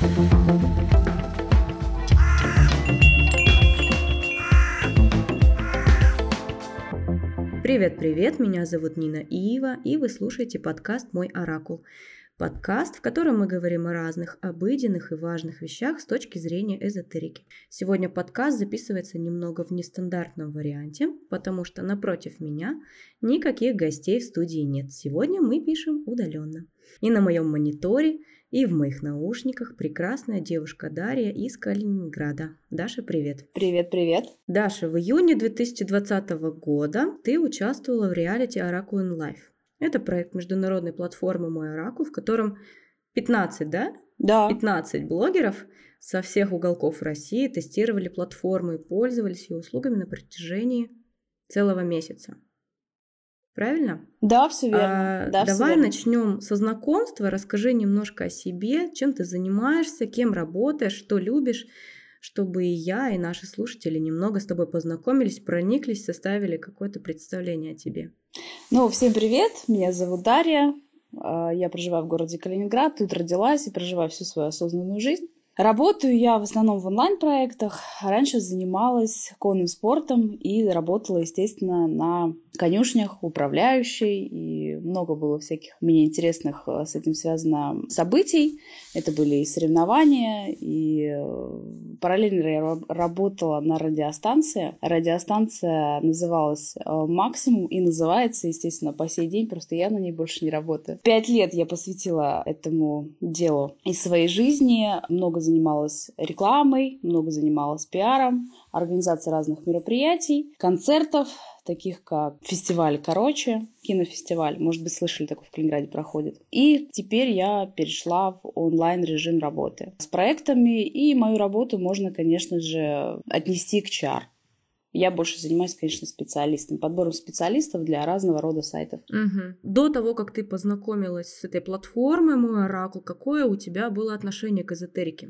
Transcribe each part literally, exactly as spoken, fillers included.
Привет-привет, меня зовут Нина Иева, и вы слушаете подкаст «Мой оракул». Подкаст, в котором мы говорим о разных обыденных и важных вещах с точки зрения эзотерики. Сегодня подкаст записывается немного в нестандартном варианте, потому что напротив меня никаких гостей в студии нет. Сегодня мы пишем удаленно. И на моем мониторе, и в моих наушниках прекрасная девушка Дарья из Калининграда. Даша, привет. Привет-привет. Даша, в июне две тысячи двадцатого года ты участвовала в реалити Oracle in Life. Это проект международной платформы «Мой оракул», в котором пятнадцать, да? Да. пятнадцать блогеров со всех уголков России тестировали платформу и пользовались ее услугами на протяжении целого месяца. Правильно? Да, все верно. А, да, давай верно. начнем со знакомства. Расскажи немножко о себе, чем ты занимаешься, кем работаешь, что любишь, чтобы и я, и наши слушатели немного с тобой познакомились, прониклись, составили какое-то представление о тебе. Ну, всем привет, меня зовут Дарья, я проживаю в городе Калининград, тут родилась и проживаю всю свою осознанную жизнь. Работаю я в основном в онлайн-проектах. Раньше занималась конным спортом и работала, естественно, на конюшнях, управляющей. И много было всяких мне интересных с этим связано событий. Это были и соревнования, и параллельно я работала на радиостанции. Радиостанция называлась «Максимум» и называется, естественно, по сей день, просто я на ней больше не работаю. Пять лет я посвятила этому делу из своей жизни. Много занималась рекламой, много занималась пиаром, организацией разных мероприятий, концертов, таких как фестиваль «Короче», кинофестиваль, может быть, слышали, такой в Калининграде проходит. И теперь я перешла в онлайн-режим работы с проектами, и мою работу можно, конечно же, отнести к чар. Я больше занимаюсь, конечно, специалистом, подбором специалистов для разного рода сайтов. Угу. До того, как ты познакомилась с этой платформой «Мой оракул», какое у тебя было отношение к эзотерике?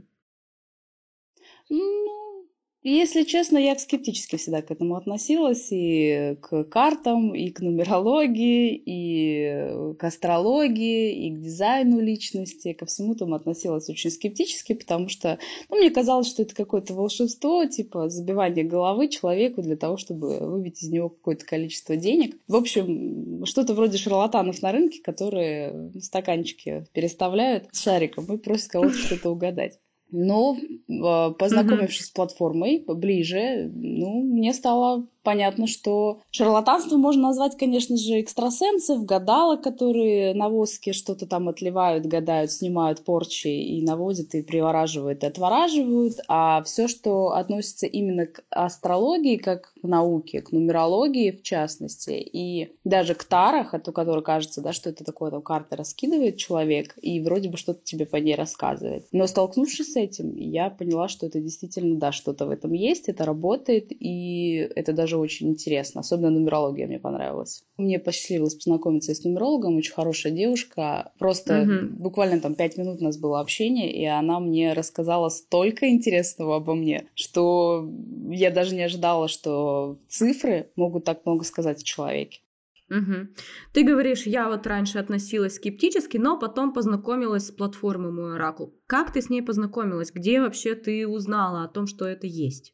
Ну, если честно, я скептически всегда к этому относилась, и к картам, и к нумерологии, и к астрологии, и к дизайну личности, ко всему тому относилась очень скептически, потому что ну, мне казалось, что это какое-то волшебство, типа забивание головы человеку для того, чтобы выбить из него какое-то количество денег. В общем, что-то вроде шарлатанов на рынке, которые стаканчики переставляют с шариком и просят кого-то что-то угадать. Но, познакомившись mm-hmm. с платформой ближе, ну, мне стало понятно, что шарлатанством можно назвать, конечно же, экстрасенсов, гадалок, которые на воске что-то там отливают, гадают, снимают порчи и наводят, и привораживают, и отвораживают. А все, что относится именно к астрологии, как к науке, к нумерологии в частности, и даже к тарах, от которой кажется, да, что это такое, там карты раскидывает человек, и вроде бы что-то тебе по ней рассказывает. Но столкнувшись с этим, я поняла, что это действительно, да, что-то в этом есть, это работает, и это даже очень интересно. Особенно нумерология мне понравилась. Мне посчастливилось познакомиться с нумерологом, очень хорошая девушка. Просто угу. буквально там пять минут у нас было общение, и она мне рассказала столько интересного обо мне, что я даже не ожидала, что цифры могут так много сказать о человеке. Угу. Ты говоришь, я вот раньше относилась скептически, но потом познакомилась с платформой «Мой оракул». Как ты с ней познакомилась? Где вообще ты узнала о том, что это есть?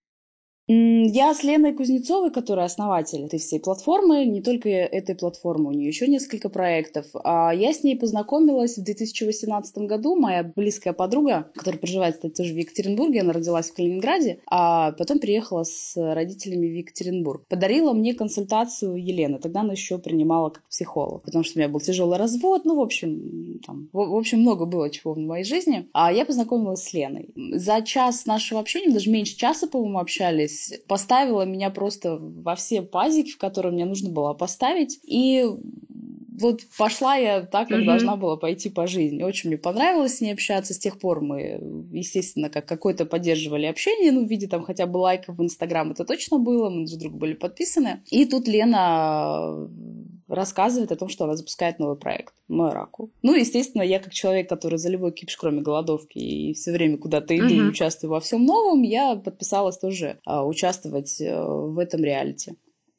Я с Леной Кузнецовой, которая основатель этой всей платформы, не только этой платформы, у нее еще несколько проектов. Я с ней познакомилась в две тысячи восемнадцатом году. Моя близкая подруга, которая проживает, кстати, тоже в Екатеринбурге, она родилась в Калининграде, а потом приехала с родителями в Екатеринбург. Подарила мне консультацию Елена. Тогда она еще принимала как психолог, потому что у меня был тяжелый развод. Ну, в общем, там, в, в общем, много было чего в моей жизни. А я познакомилась с Леной. За час нашего общения, даже меньше часа, по-моему, общались, поставила меня просто во все пазики, в которые мне нужно было поставить. И вот пошла я так, как mm-hmm. должна была пойти по жизни. Очень мне понравилось с ней общаться. С тех пор мы, естественно, как какое-то поддерживали общение, ну, в виде там хотя бы лайков в Инстаграм это точно было, мы друг другу были подписаны. И тут Лена рассказывает о том, что она запускает новый проект «Мой оракул». Ну, естественно, я как человек, который за любой кипиш, кроме голодовки, и все время куда-то иду uh-huh. и участвую во всем новом, я подписалась тоже а, участвовать а, в этом реалити.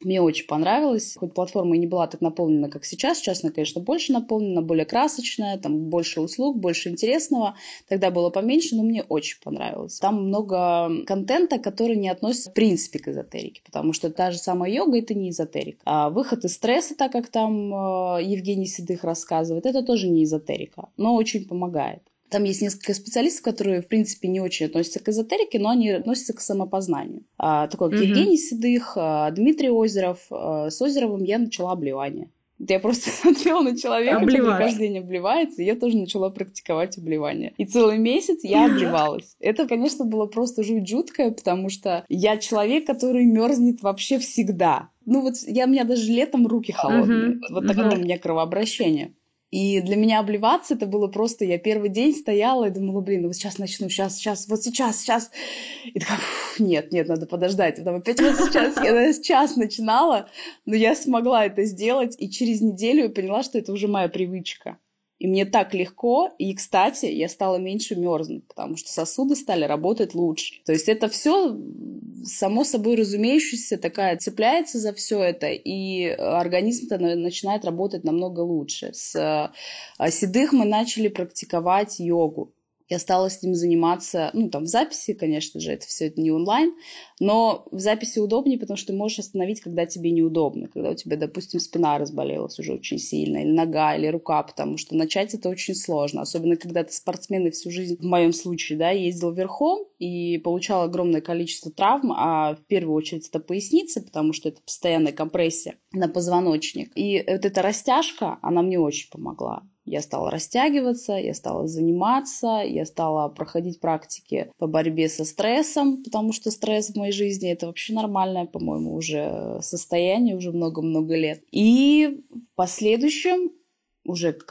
Мне очень понравилось. Хоть платформа и не была так наполнена, как сейчас. Сейчас она, конечно, больше наполнена, более красочная, там больше услуг, больше интересного. Тогда было поменьше, но мне очень понравилось. Там много контента, который не относится в принципе к эзотерике, потому что та же самая йога — это не эзотерика. А выход из стресса, так как там Евгений Седых рассказывает, это тоже не эзотерика, но очень помогает. Там есть несколько специалистов, которые, в принципе, не очень относятся к эзотерике, но они относятся к самопознанию. А, такой как mm-hmm. Евгений Седых, а, Дмитрий Озеров. А, с Озеровым я начала обливание. Я просто смотрела на человека, который каждый день обливается, и я тоже начала практиковать обливание. И целый месяц я обливалась. Это, конечно, было просто жуть жуткое, потому что я человек, который мерзнет вообще всегда. Ну вот я, у меня даже летом руки холодные. Mm-hmm. Вот mm-hmm. такое у меня кровообращение. И для меня обливаться это было просто... Я первый день стояла и думала, блин, ну вот сейчас начну, сейчас, сейчас, вот сейчас, сейчас. И такая, нет, нет, надо подождать. Потом опять вот сейчас. Я сейчас начинала, но я смогла это сделать. И через неделю я поняла, что это уже моя привычка. И мне так легко. И, кстати, я стала меньше мерзнуть, потому что сосуды стали работать лучше. То есть это все само собой разумеющееся, такая цепляется за все это, и организм-то начинает работать намного лучше. С Седых мы начали практиковать йогу. Я стала с ним заниматься, ну, там, в записи, конечно же, это все это не онлайн, но в записи удобнее, потому что ты можешь остановить, когда тебе неудобно, когда у тебя, допустим, спина разболелась уже очень сильно, или нога, или рука, потому что начать это очень сложно, особенно когда ты спортсмен и всю жизнь, в моем случае, да, ездил верхом и получал огромное количество травм, а в первую очередь это поясница, потому что это постоянная компрессия на позвоночник. И вот эта растяжка, она мне очень помогла. Я стала растягиваться, я стала заниматься, я стала проходить практики по борьбе со стрессом, потому что стресс в моей жизни — это вообще нормальное, по-моему, уже состояние, уже много-много лет. И в последующем, уже к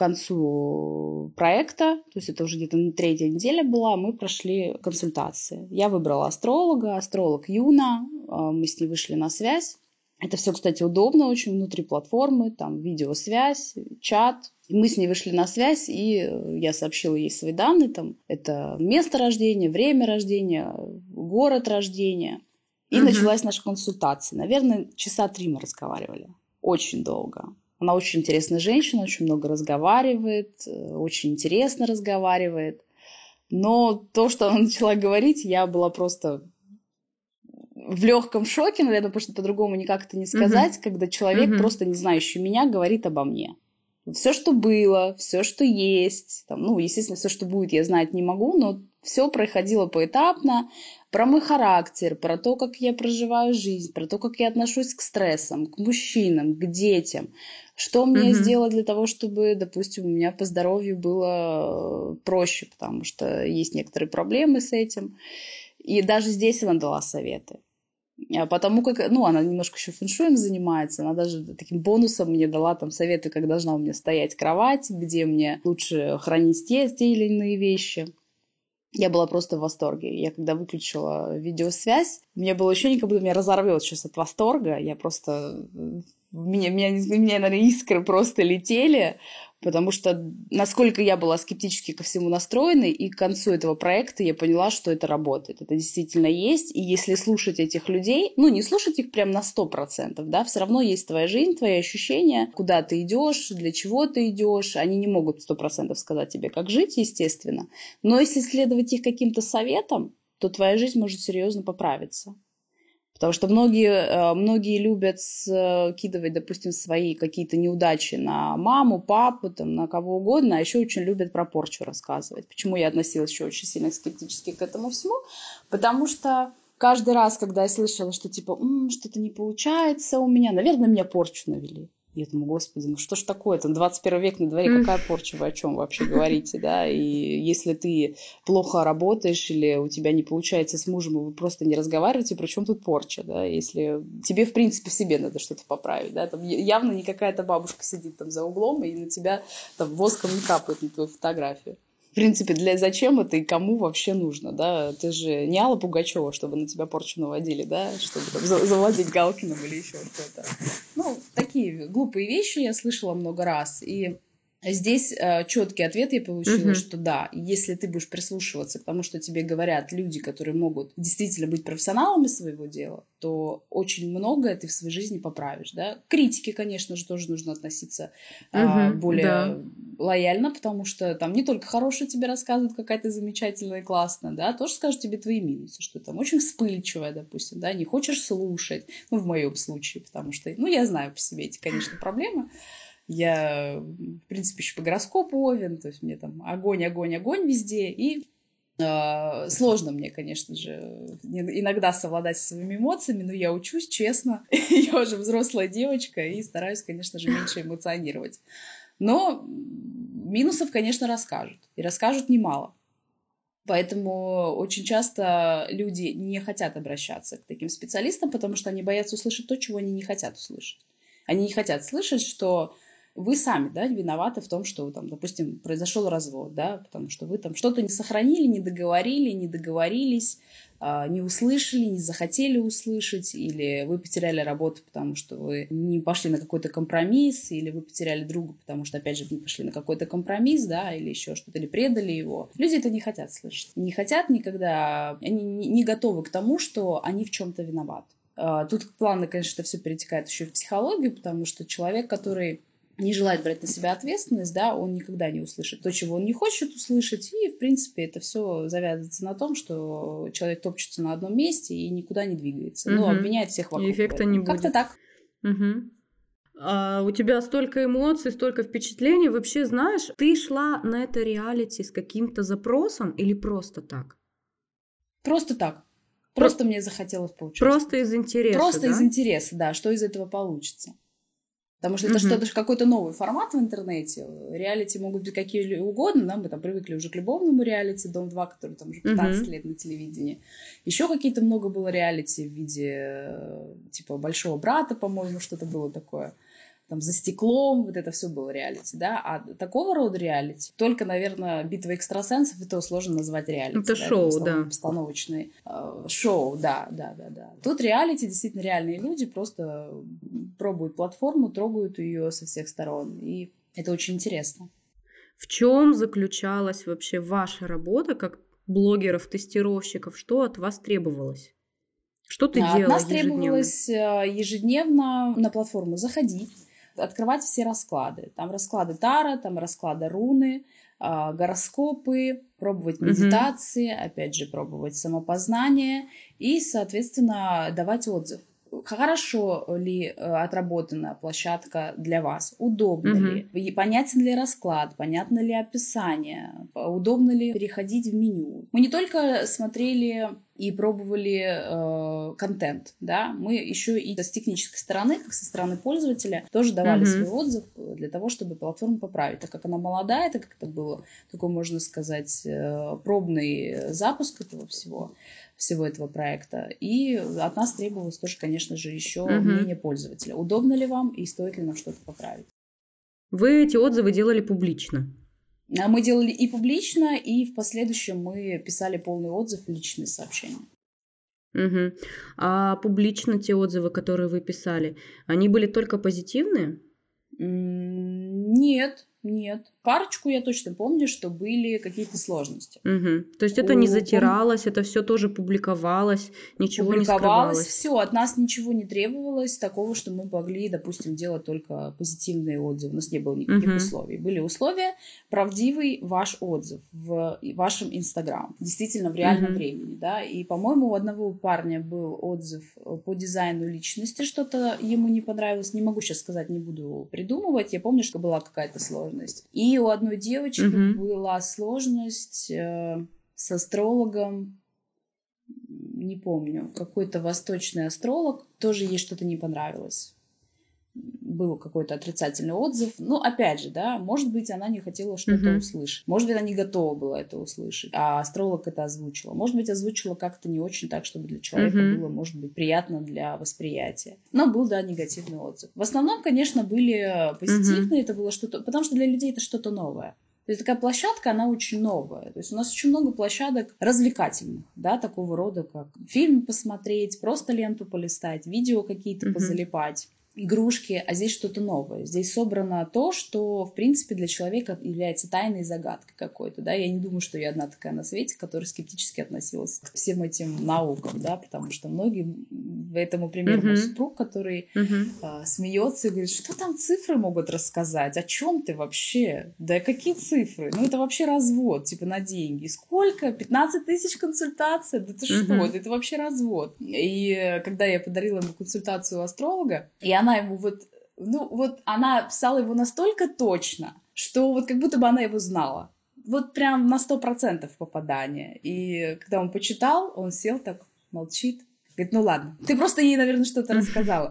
концу проекта, то есть это уже где-то третья неделя была, мы прошли консультации. Я выбрала астролога, астролог Юна, мы с ней вышли на связь. Это все, кстати, удобно очень внутри платформы, там видеосвязь, чат. И мы с ней вышли на связь, и я сообщила ей свои данные. Там, это место рождения, время рождения, город рождения. И угу. началась наша консультация. Наверное, часа три мы разговаривали. Очень долго. Она очень интересная женщина, очень много разговаривает, очень интересно разговаривает. Но то, что она начала говорить, я была просто... в легком шоке, наверное, потому что по-другому никак это не сказать, uh-huh. когда человек, uh-huh. просто не знающий меня, говорит обо мне. Все, что было, все, что есть, там, ну, естественно, все, что будет, я знать не могу, но все проходило поэтапно, про мой характер, про то, как я проживаю жизнь, про то, как я отношусь к стрессам, к мужчинам, к детям, что мне uh-huh. сделать для того, чтобы, допустим, у меня по здоровью было проще, потому что есть некоторые проблемы с этим. И даже здесь она дала советы. Потому как, ну, она немножко еще фэншуем занимается, она даже таким бонусом мне дала там советы, как должна у меня стоять кровать, где мне лучше хранить те, те или иные вещи. Я была просто в восторге. Я когда выключила видеосвязь, у меня было ощущение, как будто меня разорвет сейчас от восторга. Я просто... Меня, меня, меня, наверное, искры просто летели, потому что насколько я была скептически ко всему настроена, и к концу этого проекта я поняла, что это работает. Это действительно есть. И если слушать этих людей, ну, не слушать их прям на сто процентов, да, все равно есть твоя жизнь, твои ощущения, куда ты идешь, для чего ты идешь. Они не могут сто процентов сказать тебе, как жить, естественно. Но если следовать их каким-то советам, то твоя жизнь может серьезно поправиться. Потому что многие, многие любят скидывать, допустим, свои какие-то неудачи на маму, папу, там, на кого угодно, а еще очень любят про порчу рассказывать. Почему я относилась еще очень сильно скептически к этому всему? Потому что каждый раз, когда я слышала, что типа М, что-то не получается у меня, наверное, меня порчу навели. Я думаю, господи, ну что ж такое-то? двадцать первый век на дворе, какая порча, вы о чем вообще говорите, да? И если ты плохо работаешь или у тебя не получается с мужем, и вы просто не разговариваете, при чем тут порча, да? Если тебе, в принципе, в себе надо что-то поправить, да? Там явно не какая-то бабушка сидит там за углом, и на тебя там воском не капает на твою фотографию. В принципе, для зачем это и кому вообще нужно, да? Ты же не Алла Пугачева, чтобы на тебя порчу наводили, да? Чтобы там, завладеть Галкиным или еще что-то. Ну, такие глупые вещи я слышала много раз. И Здесь э, четкий ответ я получила, Мгм. что да, если ты будешь прислушиваться к тому, что тебе говорят люди, которые могут действительно быть профессионалами своего дела, то очень многое ты в своей жизни поправишь. Да? К критике, конечно же, тоже нужно относиться э, Мгм. Да. более лояльно, потому что там не только хорошее тебе рассказывают, какая ты замечательная и классная, да, тоже скажут тебе твои минусы, что там очень вспыльчивая, допустим, да, не хочешь слушать, ну, в моем случае, потому что, ну, я знаю по себе эти, конечно, проблемы. Я, в принципе, еще по гороскопу Овен, то есть мне там огонь, огонь, огонь везде. И э, сложно мне, конечно же, иногда совладать со своими эмоциями, но я учусь, честно. Я уже взрослая девочка и стараюсь, конечно же, меньше эмоционировать. Но минусов, конечно, расскажут. И расскажут немало. Поэтому очень часто люди не хотят обращаться к таким специалистам, потому что они боятся услышать то, чего они не хотят услышать. Они не хотят слышать, что вы сами, да, виноваты в том, что, там, допустим, произошел развод, да, потому что вы там что-то не сохранили, не договорили, не договорились, не услышали, не захотели услышать, или вы потеряли работу, потому что вы не пошли на какой-то компромисс, или вы потеряли друга, потому что, опять же, не пошли на какой-то компромисс, да, или еще что-то, или предали его. Люди это не хотят слышать. Не хотят никогда, они не готовы к тому, что они в чем-то виноваты. Тут плавно, конечно, это все перетекает еще в психологию, потому что человек, который не желает брать на себя ответственность, да, он никогда не услышит то, чего он не хочет услышать, и, в принципе, это все завязывается на том, что человек топчется на одном месте и никуда не двигается, но Мгм. обвиняет всех И вокруг. эффекта не Как-то будет. так. Мгм. А у тебя столько эмоций, столько впечатлений. Вообще, знаешь, ты шла на это реалити с каким-то запросом или просто так? Просто так. Про- Просто мне захотелось поучаствовать. Просто из интереса, Просто да? из интереса, да, что из этого получится. Потому что это Мгм. что-то, какой-то новый формат в интернете. Реалити могут быть какие угодно. Да? Мы там привыкли уже к любовному реалити, Дом два, который там уже пятнадцать Мгм. лет на телевидении. Еще какие-то много было реалити в виде типа Большого брата, по-моему, что-то было такое. Там за стеклом, вот это все было реалити, да, а такого рода реалити, только, наверное, битва экстрасенсов, это сложно назвать реалити, Это да, шоу, это в основном да. постановочные э, шоу, да, да, да, да. Тут реалити действительно реальные люди просто пробуют платформу, трогают ее со всех сторон, и это очень интересно. В чем заключалась вообще ваша работа как блогеров-тестировщиков? Что от вас требовалось? Что ты От делала нас ежедневно? требовалось ежедневно на платформу заходить, открывать все расклады. Там расклады Таро, там расклады руны, гороскопы, пробовать Мгм. медитации, опять же, пробовать самопознание и, соответственно, давать отзыв. Хорошо ли отработана площадка для вас? Удобно Мгм. ли? Понятен ли расклад? Понятно ли описание? Удобно ли переходить в меню? Мы не только смотрели и пробовали э, контент, да, мы еще и с технической стороны, как со стороны пользователя, тоже давали Мгм. свой отзыв для того, чтобы платформу поправить. Так как она молодая, так как это был такой, можно сказать, э, пробный запуск этого всего, всего этого проекта. И от нас требовалось тоже, конечно же, еще Мгм. мнение пользователя. Удобно ли вам и стоит ли нам что-то поправить? Вы эти отзывы делали публично? А мы делали и публично, и в последующем мы писали полный отзыв в личные сообщения. Мгм. А публично те отзывы, которые вы писали, они были только позитивные? М, Нет, нет. Парочку я точно помню, что были какие-то сложности. Мгм. То есть это не У- пом- затиралось, это все тоже публиковалось, ничего не Публиковалось скрывалось. все, от нас ничего не требовалось такого, что мы могли, допустим, делать только позитивные отзывы. У нас не было никаких Мгм. условий. Были условия: правдивый ваш отзыв в вашем Инстаграм, действительно в реальном Мгм. времени, да. И, по-моему, у одного парня был отзыв по дизайну личности, что-то ему не понравилось. Не могу сейчас сказать, не буду придумывать. Я помню, что была какая-то сложность. И у одной девочки Мгм. была сложность э, с астрологом. Не помню, какой-то восточный астролог, тоже ей что-то не понравилось. Был какой-то отрицательный отзыв. Ну, опять же, да, может быть, она не хотела что-то Мгм. услышать. Может быть, она не готова была это услышать, а астролог это озвучила. Может быть, озвучила как-то не очень так, чтобы для человека Мгм. было, может быть, приятно для восприятия. Но был, да, негативный отзыв. В основном, конечно, были позитивные, это было что-то, потому что для людей это что-то новое. То есть такая площадка, она очень новая. То есть у нас очень много площадок развлекательных, да, такого рода, как фильм посмотреть, просто ленту полистать, видео какие-то Мгм. позалипать. игрушки, а здесь что-то новое. Здесь собрано то, что, в принципе, для человека является тайной загадкой какой-то, да. Я не думаю, что я одна такая на свете, которая скептически относилась к всем этим наукам, да, потому что многие, этому пример Мгм. мой супруг, который Мгм. а, смеется и говорит, что там цифры могут рассказать, о чем ты вообще? Да какие цифры? Ну это вообще развод, типа на деньги. Сколько? пятнадцать тысяч консультаций? Да ты что? Мгм. Это вообще развод. И э, когда я подарила ему консультацию у астролога, и она ему вот, ну вот она писала его настолько точно, что вот как будто бы она его знала. Вот прям на сто процентов попадание. И когда он почитал, он сел так, молчит. Говорит, ну ладно, ты просто ей, наверное, что-то рассказала.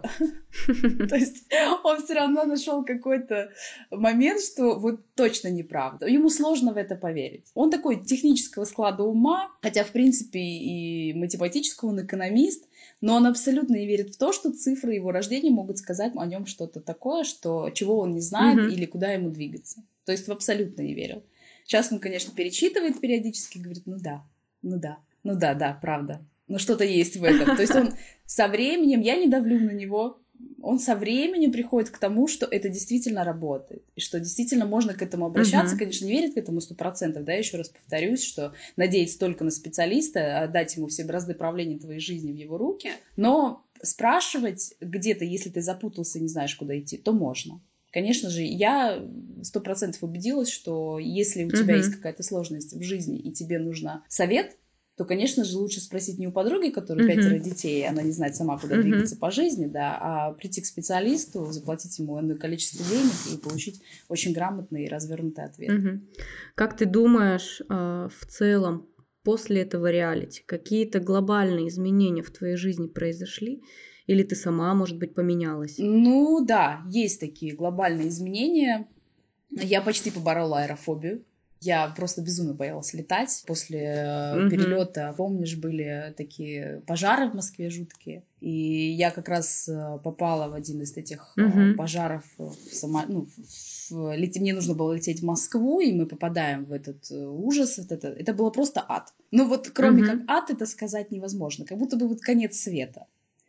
То есть он все равно нашел какой-то момент, что вот точно неправда. Ему сложно в это поверить. Он такой технического склада ума, хотя, в принципе, и математического, он экономист, но он абсолютно не верит в то, что цифры его рождения могут сказать о нем что-то такое, что, чего он не знает Мгм. или куда ему двигаться. То есть абсолютно не верил. Сейчас он, конечно, перечитывает периодически, говорит, ну да, ну да, ну да, да, правда. Но что-то есть в этом. То есть он со временем, я не давлю на него, он со временем приходит к тому, что это действительно работает, и что действительно можно к этому обращаться. Мгм. Конечно, не верит к этому сто процентов, да, еще раз повторюсь, что надеяться только на специалиста, отдать ему все бразды правления твоей жизни в его руки, но спрашивать где-то, если ты запутался и не знаешь, куда идти, то можно. Конечно же, я сто процентов убедилась, что если у тебя есть Мгм. какая-то сложность в жизни и тебе нужен совет, то, конечно же, лучше спросить не у подруги, которой Мгм. пятеро детей, и она не знает сама, куда Мгм. двигаться по жизни, да, а прийти к специалисту, заплатить ему энное количество денег и получить очень грамотный и развернутый ответ. Мгм. Как ты думаешь, а, в целом, после этого реалити какие-то глобальные изменения в твоей жизни произошли? Или ты сама, может быть, поменялась? Ну да, есть такие глобальные изменения. Я почти поборола аэрофобию. Я просто безумно боялась летать. После э, Мгм. перелета, помнишь, были такие пожары в Москве жуткие. И я как раз э, попала в один из этих э, Мгм. пожаров в само... ну, в... лет- Мне нужно было лететь в Москву, и мы попадаем в этот э, ужас. Вот это... это было просто ад. Ну вот кроме как Мгм. ад, это сказать невозможно. Как будто бы вот конец света.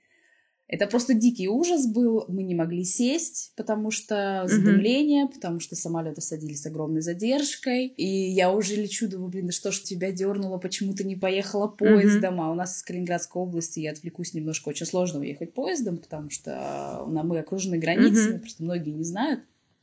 Это просто дикий ужас был. Мы не могли сесть, потому что Мгм. задымление, потому что самолеты садились с огромной задержкой. И я уже лечу, думаю, блин, да что ж тебя дернуло, почему ты не поехала Мгм. поездом? А у нас из Калининградской области, я отвлекусь немножко, очень сложно уехать поездом, потому что мы окружены границами, Мгм. просто многие не знают.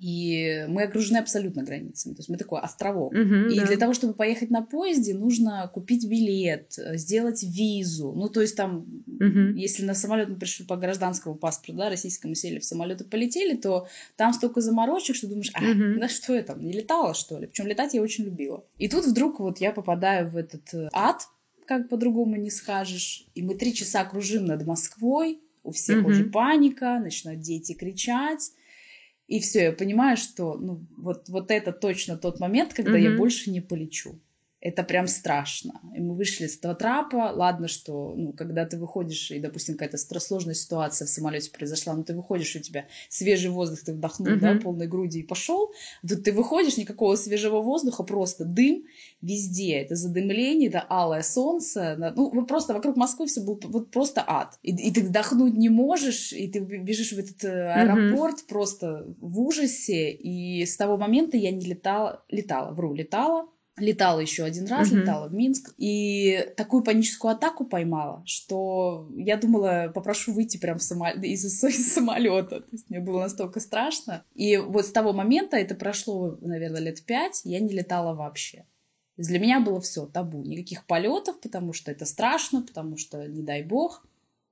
И мы окружены абсолютно границами. То есть мы такой островок. Мгм. И для Да. того, чтобы поехать на поезде, нужно купить билет, э, сделать визу. Ну, то есть там, Мгм. если на самолет мы пришли по гражданскому паспорту, да, российскому, сели в самолет и полетели, то там столько заморочек, что думаешь, ай, Мгм. да что я там, не летала, что ли? Причем летать я очень любила. И тут вдруг вот я попадаю в этот э, ад, как по-другому не скажешь. И мы три часа кружим над Москвой, у всех уже Мгм. паника, начинают дети кричать. И все, я понимаю, что ну, вот, вот это точно тот момент, когда я Мгм. больше не полечу. Это прям страшно. И мы вышли с этого трапа. Ладно, что, ну, когда ты выходишь, и, допустим, какая-то сложная ситуация в самолете произошла, но ты выходишь, у тебя свежий воздух, ты вдохнул, да, Мгм. полной грудью и пошел. Тут ты выходишь, никакого свежего воздуха, просто дым везде. Это задымление, это алое солнце. Ну, просто вокруг Москвы все было вот просто ад. И, и ты вдохнуть не можешь, и ты бежишь в этот аэропорт Мгм. просто в ужасе. И с того момента я не летала, летала, вру, летала. Летала еще один раз, Мгм. летала в Минск, и такую паническую атаку поймала, что я думала, попрошу выйти прям в само... из, из самолета. То есть мне было настолько страшно. И вот с того момента, это прошло, наверное, лет пять, я не летала вообще. То есть для меня было все табу. Никаких полетов, потому что это страшно, потому что не дай бог.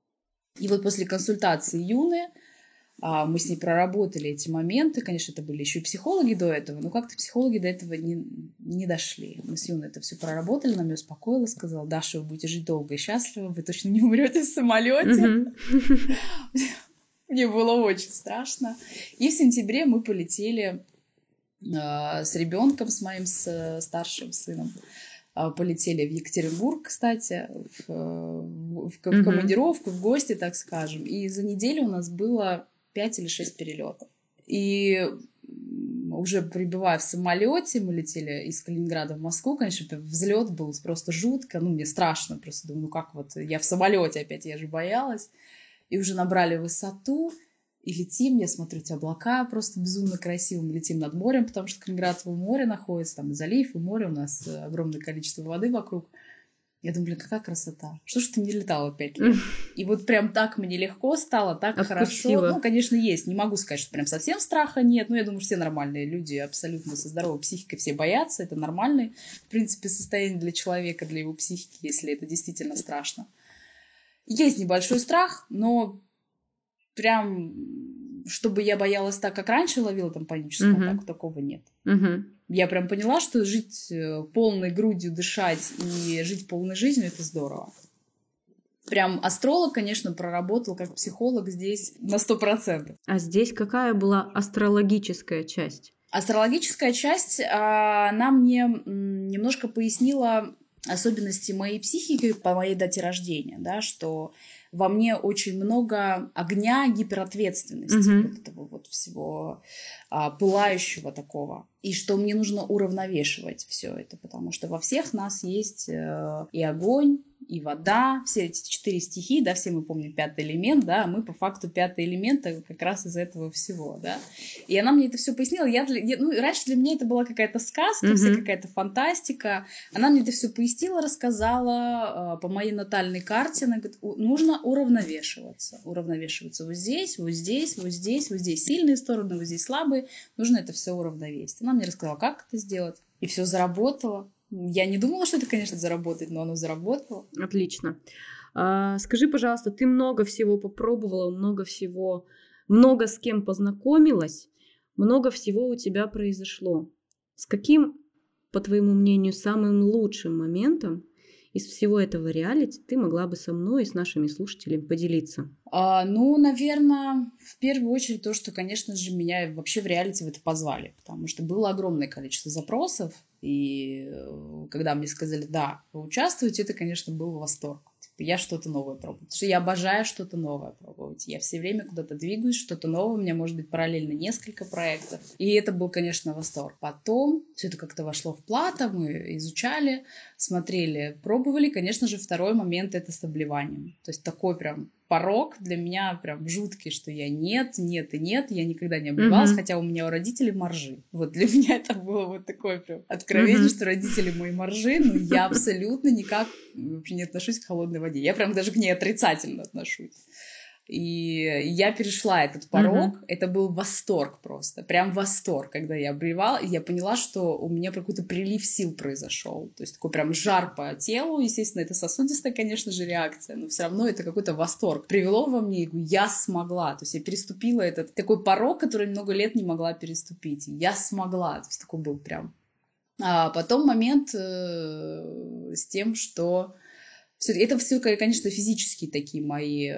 И вот после консультации Юны мы с ней проработали эти моменты. Конечно, это были еще и психологи до этого, но как-то психологи до этого не, не дошли. Мы с Юной это все проработали, она меня успокоила, сказала, Даша, вы будете жить долго и счастливо, вы точно не умрете в самолете. Мгм. Мне было очень страшно. И в сентябре мы полетели с ребенком, с моим с старшим сыном. Полетели в Екатеринбург, кстати, в, в, в Мгм. командировку, в гости, так скажем. И за неделю у нас было пять или шесть перелетов. И уже прибывая в самолете, мы летели из Калининграда в Москву, конечно, взлет был просто жутко, ну, мне страшно, просто думаю, ну как вот, я в самолете опять, я же боялась. И уже набрали высоту, и летим, я смотрю, эти облака просто безумно красиво, мы летим над морем, потому что Калининградское море находится, там и залив, и море, у нас огромное количество воды вокруг. Я думаю, блин, какая красота. Что ж ты не летала пять лет? И вот прям так мне легко стало, так Отпустила. хорошо. Ну, конечно, есть. Не могу сказать, что прям совсем страха нет. Но я думаю, все нормальные люди, абсолютно со здоровой психикой, все боятся. Это нормальное, в принципе, состояние для человека, для его психики, если это действительно страшно. Есть небольшой страх, но прям, чтобы я боялась так, как раньше ловила там паническую Мгм. атаку, такого нет. Мгм. Я прям поняла, что жить э, полной грудью, дышать и жить полной жизнью — это здорово. Прям астролог, конечно, проработал как психолог здесь на сто процентов. А здесь какая была астрологическая часть? Астрологическая часть, а, она мне м, немножко пояснила особенности моей психики по моей дате рождения, да, что во мне очень много огня, гиперответственности, Мгм. вот этого вот всего а, пылающего такого. И что мне нужно уравновешивать все это, потому что во всех нас есть э, и огонь, и вода, все эти четыре стихии, да, все мы помним пятый элемент, да, а мы по факту пятый элемент как раз из этого всего, да. И она мне это все пояснила. Я для, я, ну, раньше для меня это была какая-то сказка, Мгм. вся какая-то фантастика. Она мне это все пояснила, рассказала э, по моей натальной карте. Она говорит, «У- нужно уравновешиваться. Уравновешиваться вот здесь, вот здесь, вот здесь, вот здесь сильные стороны, вот здесь слабые. Нужно это все уравновесить». Она мне рассказала, как это сделать. И все заработало. Я не думала, что это, конечно, заработает, но оно заработало. Отлично. А, скажи, пожалуйста, ты много всего попробовала, много всего, много с кем познакомилась, много всего у тебя произошло. С каким, по твоему мнению, самым лучшим моментом из всего этого реалити ты могла бы со мной и с нашими слушателями поделиться? А, ну, наверное, в первую очередь то, что, конечно же, меня вообще в реалити в это позвали, потому что было огромное количество запросов, и э, когда мне сказали, да, вы участвуете, это, конечно, был восторг. Типа, я что-то новое пробую, потому что я обожаю что-то новое пробовать. Я все время куда-то двигаюсь, что-то новое, у меня может быть параллельно несколько проектов, и это был, конечно, восторг. Потом все это как-то вошло в плата, мы изучали, смотрели, пробовали. Конечно же, второй момент — это с обливанием. То есть такой прям порог для меня прям жуткий, что я нет, нет и нет, я никогда не обливалась, Мгм. хотя у меня у родителей моржи. Вот для меня это было вот такое прям откровение, Мгм. что родители мои моржи, но я абсолютно никак вообще не отношусь к холодной воде. Я прям даже к ней отрицательно отношусь. И я перешла этот порог, Мгм. это был восторг просто, прям восторг, когда я обревала, и я поняла, что у меня какой-то прилив сил произошел, то есть такой прям жар по телу, естественно, это сосудистая, конечно же, реакция, но все равно это какой-то восторг привело во мне, и я смогла, то есть я переступила этот такой порог, который много лет не могла переступить, и я смогла, то есть такой был прям. А потом момент э, с тем, что всё- это все, конечно, физические такие мои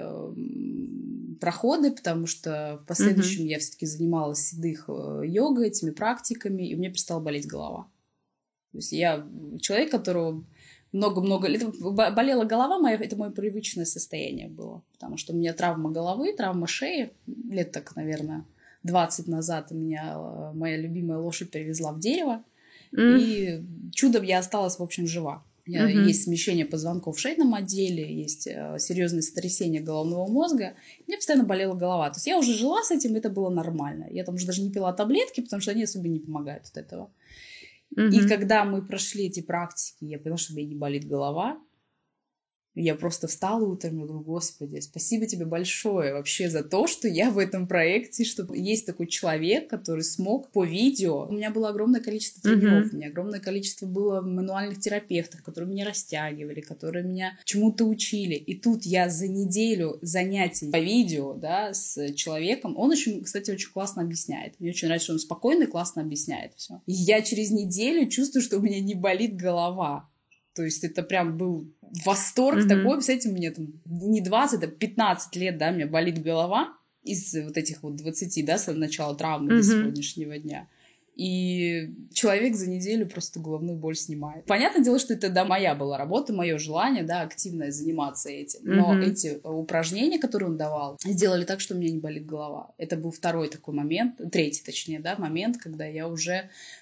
эм, проходы, потому что в последующем Мгм. я все-таки занималась седых э, йогой, этими практиками, и у меня перестала болеть голова. То есть я человек, которого много-много лет... бо- Болела голова моя, это мое привычное состояние было, потому что у меня травма головы, травма шеи. Лет так, наверное, двадцать назад меня э, моя любимая лошадь перевезла в дерево, М. и чудом я осталась, в общем, жива. У меня Мгм. есть смещение позвонков в шейном отделе, есть э, серьезное сотрясение головного мозга. Мне постоянно болела голова. То есть я уже жила с этим, это было нормально. Я там уже даже не пила таблетки, потому что они особо не помогают от этого. И Мгм. когда мы прошли эти практики, я поняла, что у меня не болит голова. Я просто встала утром и говорю, Господи, спасибо тебе большое вообще за то, что я в этом проекте, что есть такой человек, который смог по видео. У меня было огромное количество тренеров, Мгм. у меня огромное количество было мануальных терапевтов, которые меня растягивали, которые меня чему-то учили. И тут я за неделю занятий по видео, да, с человеком, он очень, кстати, очень классно объясняет. Мне очень нравится, что он спокойно и классно объясняет все. И я через неделю чувствую, что у меня не болит голова. То есть это прям был восторг Мгм. такой. Представляете, мне там не двадцать, а пятнадцать лет, да, у меня болит голова из вот этих вот двадцати, да, с начала травмы до Мгм. сегодняшнего дня. И человек за неделю просто головную боль снимает. Понятное дело, что это, да, моя была работа, мое желание, да, активное заниматься этим. Но Мгм. эти упражнения, которые он давал, сделали так, что у меня не болит голова. Это был второй такой момент, третий, точнее, да, момент, когда я уже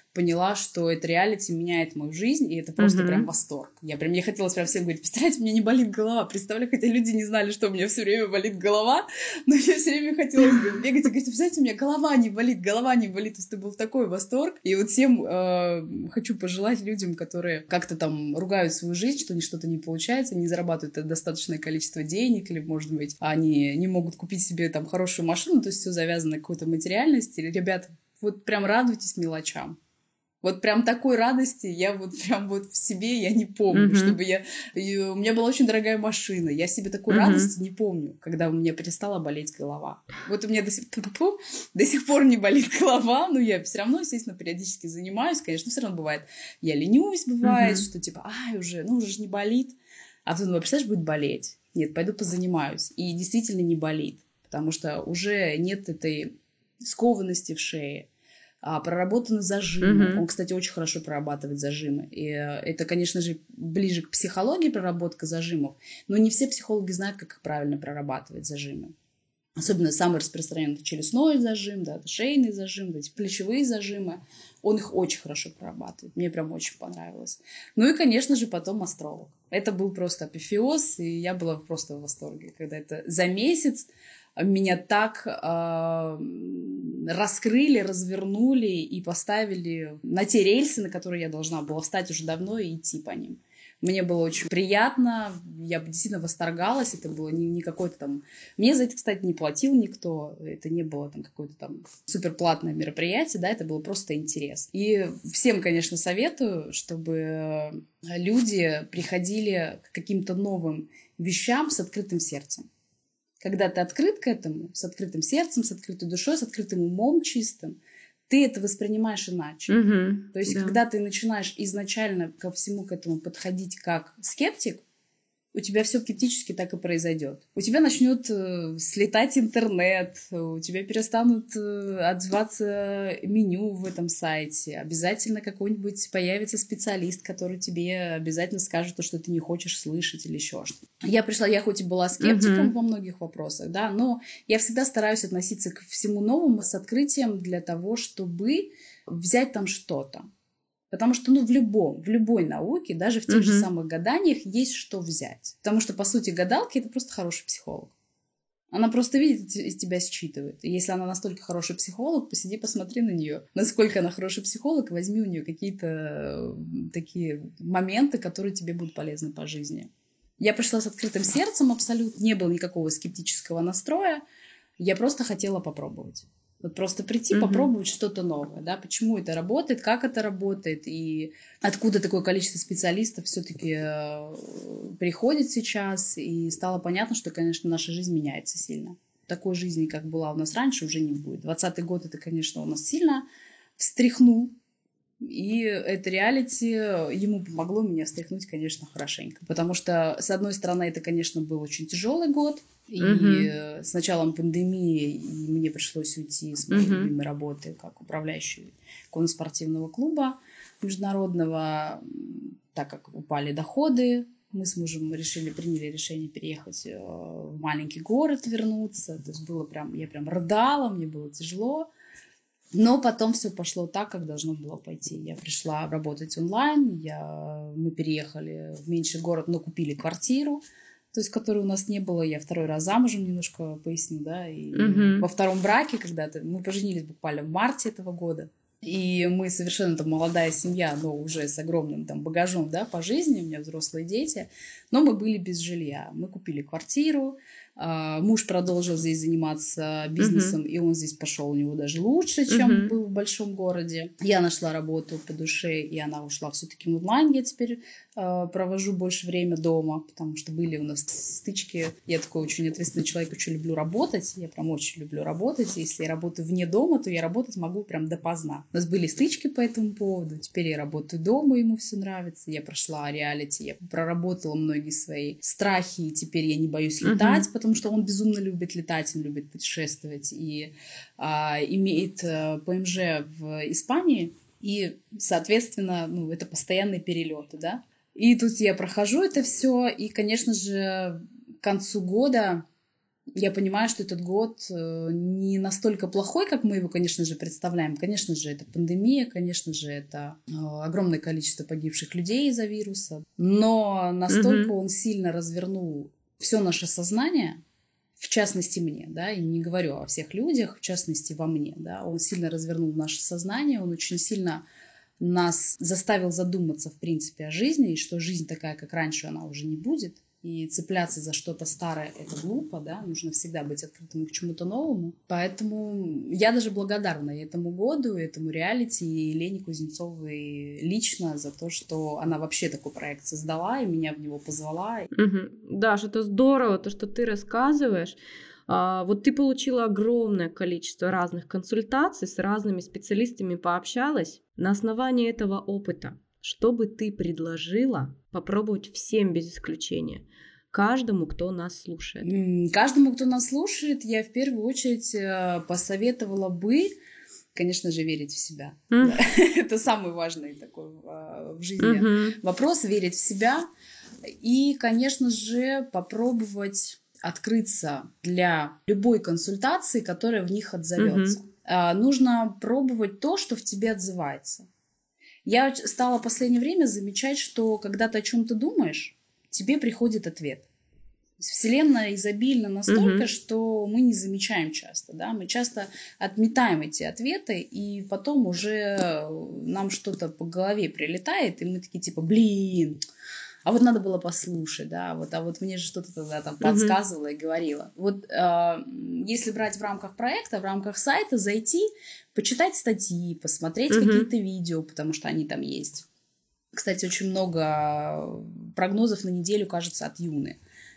поняла, что это реалити меняет мою жизнь, и это просто mm-hmm. прям восторг. Я прям, мне хотелось прям всем говорить, представляете, у меня не болит голова, представляю, хотя люди не знали, что у меня все время болит голова, но я все время хотела бегать и говорить, представляете, у меня голова не болит, голова не болит, то есть это был такой восторг. И вот всем э, хочу пожелать людям, которые как-то там ругают свою жизнь, что у них что-то не получается, не зарабатывают достаточное количество денег, или, может быть, они не могут купить себе там хорошую машину, то есть все завязано на какой-то материальности. Ребята, вот прям радуйтесь мелочам. Вот прям такой радости я вот прям вот в себе я не помню, uh-huh. чтобы я... И у меня была очень дорогая машина, я себе такой uh-huh. радости не помню, когда у меня перестала болеть голова. Вот у меня до сих, до сих пор не болит голова, но я все равно, естественно, периодически занимаюсь, конечно, все равно бывает, я ленюсь, бывает, uh-huh. что типа, ай, уже, ну уже ж не болит. А потом, представляешь, будет болеть. Нет, пойду позанимаюсь. И действительно не болит, потому что уже нет этой скованности в шее. А, проработаны зажимы. Mm-hmm. Он, кстати, очень хорошо прорабатывает зажимы. И это, конечно же, ближе к психологии проработка зажимов, но не все психологи знают, как их правильно прорабатывать зажимы. Особенно самый распространенный это челюстной зажим, да, это шейный зажим, да, эти плечевые зажимы. Он их очень хорошо прорабатывает. Мне прям очень понравилось. Ну и, конечно же, потом астролог. Это был просто апофеоз, и я была просто в восторге, когда это за месяц меня так э, раскрыли, развернули и поставили на те рельсы, на которые я должна была встать уже давно и идти по ним. Мне было очень приятно, я действительно восторгалась, это было не, не какой-то там... Мне за это, кстати, не платил никто, это не было там какое-то там суперплатное мероприятие, да, это было просто интерес. И всем, конечно, советую, чтобы люди приходили к каким-то новым вещам с открытым сердцем. Когда ты открыт к этому, с открытым сердцем, с открытой душой, с открытым умом чистым, ты это воспринимаешь иначе. Угу, То есть, да. когда ты начинаешь изначально ко всему к этому подходить как скептик, у тебя все скептически так и произойдет. У тебя начнет э, слетать интернет, у тебя перестанут э, отзываться меню в этом сайте. Обязательно какой-нибудь появится специалист, который тебе обязательно скажет, что ты не хочешь слышать или еще что-то. Я пришла, я хоть и была скептиком uh-huh. во многих вопросах, да, но я всегда стараюсь относиться к всему новому с открытием для того, чтобы взять там что-то. Потому что ну, в, любом, в любой науке, даже в тех uh-huh. же самых гаданиях, есть что взять. Потому что, по сути, гадалки – это просто хороший психолог. Она просто видит и тебя считывает. И если она настолько хороший психолог, посиди, посмотри на нее. Насколько она хороший психолог, возьми у нее какие-то такие моменты, которые тебе будут полезны по жизни. Я пришла с открытым сердцем абсолютно. Не было никакого скептического настроя. Я просто хотела попробовать. Вот просто прийти, mm-hmm. попробовать что-то новое, да, почему это работает, как это работает, и откуда такое количество специалистов все-таки э, приходит сейчас, и стало понятно, что, конечно, наша жизнь меняется сильно. Такой жизни, как была у нас раньше, уже не будет. двадцатый год, это, конечно, у нас сильно встряхнул, и это реалити, ему помогло меня встряхнуть, конечно, хорошенько, потому что, с одной стороны, это, конечно, был очень тяжелый год, и uh-huh. с началом пандемии мне пришлось уйти с моей uh-huh. любимой работы как управляющей конно-спортивного клуба международного, так как упали доходы. Мы с мужем решили, приняли решение переехать в маленький город, вернуться. То есть было прям, я прям рыдала, мне было тяжело. Но потом все пошло так, как должно было пойти. Я пришла работать онлайн, я, мы переехали в меньший город, но купили квартиру. То есть, которой у нас не было, я второй раз замужем, немножко поясню, да, и uh-huh. во втором браке когда-то, мы поженились буквально в марте этого года, и мы совершенно там молодая семья, но уже с огромным там багажом, да, по жизни, у меня взрослые дети, но мы были без жилья, мы купили квартиру, муж продолжил здесь заниматься бизнесом, uh-huh. и он здесь пошел, у него даже лучше, чем uh-huh. был в большом городе. Я нашла работу по душе, и она ушла все-таки в онлайн. Я теперь э, провожу больше время дома, потому что были у нас стычки. Я такой очень ответственный человек, очень люблю работать. Я прям очень люблю работать. Если я работаю вне дома, то я работать могу прям допоздна. У нас были стычки по этому поводу. Теперь я работаю дома, ему все нравится. Я прошла реалити, я проработала многие свои страхи, и теперь я не боюсь летать, uh-huh. потому что он безумно любит летать, он любит путешествовать и а, имеет а, ПМЖ в Испании, и, соответственно, ну, это постоянные перелеты, да. И тут я прохожу это все, и, конечно же, к концу года я понимаю, что этот год не настолько плохой, как мы его, конечно же, представляем. Конечно же, это пандемия, конечно же, это огромное количество погибших людей из-за вируса. Но настолько Мгм. он сильно развернул все наше сознание, в частности мне, да, и не говорю о всех людях, в частности во мне, да, он сильно развернул наше сознание, он очень сильно нас заставил задуматься, в принципе, о жизни, и что жизнь такая, как раньше, она уже не будет. И цепляться за что-то старое — это глупо, да, нужно всегда быть открытым к чему-то новому. Поэтому я даже благодарна этому году, этому реалити и Лене Кузнецовой лично за то, что она вообще такой проект создала и меня в него позвала. Мгм. Даш, это здорово, то, что ты рассказываешь. А, вот ты получила огромное количество разных консультаций, с разными специалистами пообщалась. На основании этого опыта, что бы ты предложила попробовать всем без исключения, каждому, кто нас слушает? М, Каждому, кто нас слушает, я в первую очередь э, посоветовала бы, конечно же, верить в себя. М, Да. Это самый важный такой э, в жизни мгм, вопрос — верить в себя. И, конечно же, попробовать открыться для любой консультации, которая в них отзовется. мгм, А, Нужно пробовать то, что в тебе отзывается. Я ч- стала в последнее время замечать, что когда ты о чем-то думаешь, тебе приходит ответ. То есть Вселенная изобильна настолько, мгм. что мы не замечаем часто. Да? Мы часто отметаем эти ответы, и потом уже нам что-то по голове прилетает, и мы такие типа, блин, а вот надо было послушать, да, вот, а вот мне же что-то тогда там Мгм. подсказывало и говорило. Вот э, если брать в рамках проекта, в рамках сайта, зайти, почитать статьи, посмотреть Мгм. какие-то видео, потому что они там есть. Кстати, очень много прогнозов на неделю, кажется, от Юны.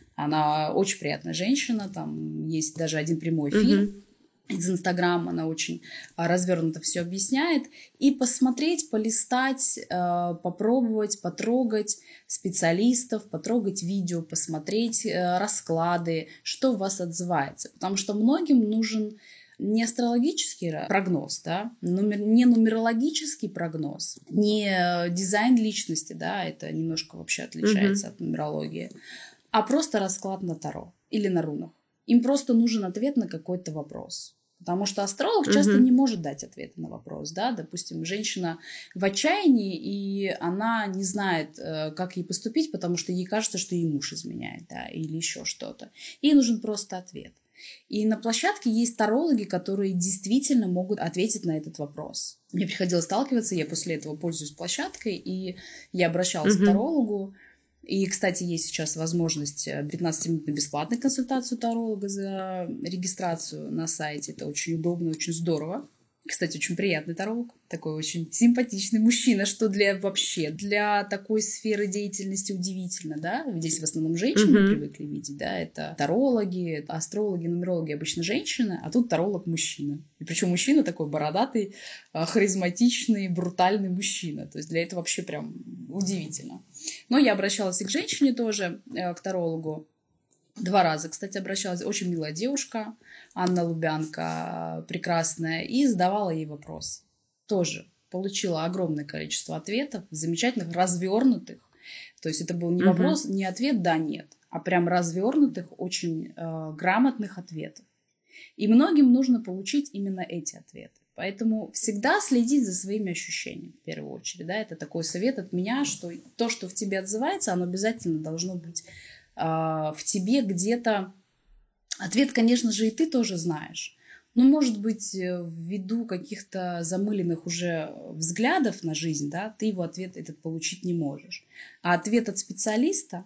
Она очень приятная женщина, там есть даже один прямой эфир Мгм. из Инстаграма, она очень а, развернуто все объясняет. И посмотреть, полистать, э, попробовать, потрогать специалистов, потрогать видео, посмотреть э, расклады, что у вас отзывается. Потому что многим нужен не астрологический прогноз, да, нумер, не нумерологический прогноз, не э, дизайн личности, да, это немножко вообще отличается Мгм. от нумерологии, а просто расклад на таро или на рунах. Им просто нужен ответ на какой-то вопрос. Потому что астролог часто не Мгм. может дать ответ на вопрос. Да? Допустим, женщина в отчаянии, и она не знает, э, как ей поступить, потому что ей кажется, что ей муж изменяет, да, или еще что-то. Ей нужен просто ответ. И на площадке есть тарологи, которые действительно могут ответить на этот вопрос. Мне приходилось сталкиваться, я после этого пользуюсь площадкой, и я обращалась к Мгм. тарологу. И, кстати, есть сейчас возможность пятнадцатиминутной бесплатной консультации у таролога за регистрацию на сайте. Это очень удобно, очень здорово. Кстати, очень приятный таролог. Такой очень симпатичный мужчина, что для вообще, для такой сферы деятельности удивительно, да. Здесь в основном женщины мы Мгм. привыкли видеть, да. Это тарологи, астрологи, нумерологи обычно женщины, а тут таролог мужчина. И причем мужчина такой бородатый, харизматичный, брутальный мужчина. То есть для этого вообще прям удивительно. Но я обращалась и к женщине тоже, э, к тарологу. Два раза, кстати, обращалась. Очень милая девушка, Анна Лубянка, прекрасная. И задавала ей вопрос. Тоже получила огромное количество ответов, замечательных, развернутых. То есть это был не Мгм. вопрос, не ответ «да», «нет», а прям развернутых, очень э, грамотных ответов. И многим нужно получить именно эти ответы. Поэтому всегда следить за своими ощущениями в первую очередь. Да? Это такой совет от меня, что то, что в тебе отзывается, оно обязательно должно быть а, в тебе где-то. Ответ, конечно же, и ты тоже знаешь. Но, может быть, ввиду каких-то замыленных уже взглядов на жизнь, да, ты его ответ этот получить не можешь. А ответ от специалиста,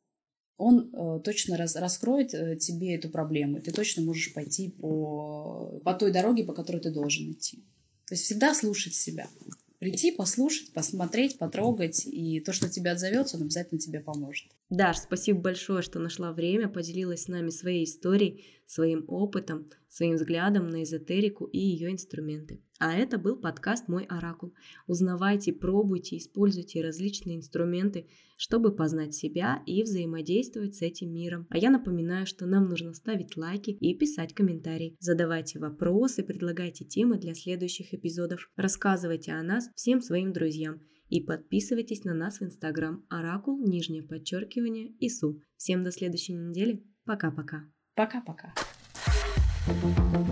он э, точно раз, раскроет э, тебе эту проблему. И ты точно можешь пойти по, по той дороге, по которой ты должен идти. То есть всегда слушать себя. Прийти, послушать, посмотреть, потрогать. И то, что тебе отзовется, он обязательно тебе поможет. Даш, спасибо большое, что нашла время, поделилась с нами своей историей, своим опытом, своим взглядом на эзотерику и ее инструменты. А это был подкаст «Мой оракул». Узнавайте, пробуйте, используйте различные инструменты, чтобы познать себя и взаимодействовать с этим миром. А я напоминаю, что нам нужно ставить лайки и писать комментарии. Задавайте вопросы, предлагайте темы для следующих эпизодов. Рассказывайте о нас всем своим друзьям. И подписывайтесь на нас в Инстаграм оракул, нижнее подчеркивание, ИСУ. Всем до следующей недели. Пока-пока. Пока-пока. Thank you.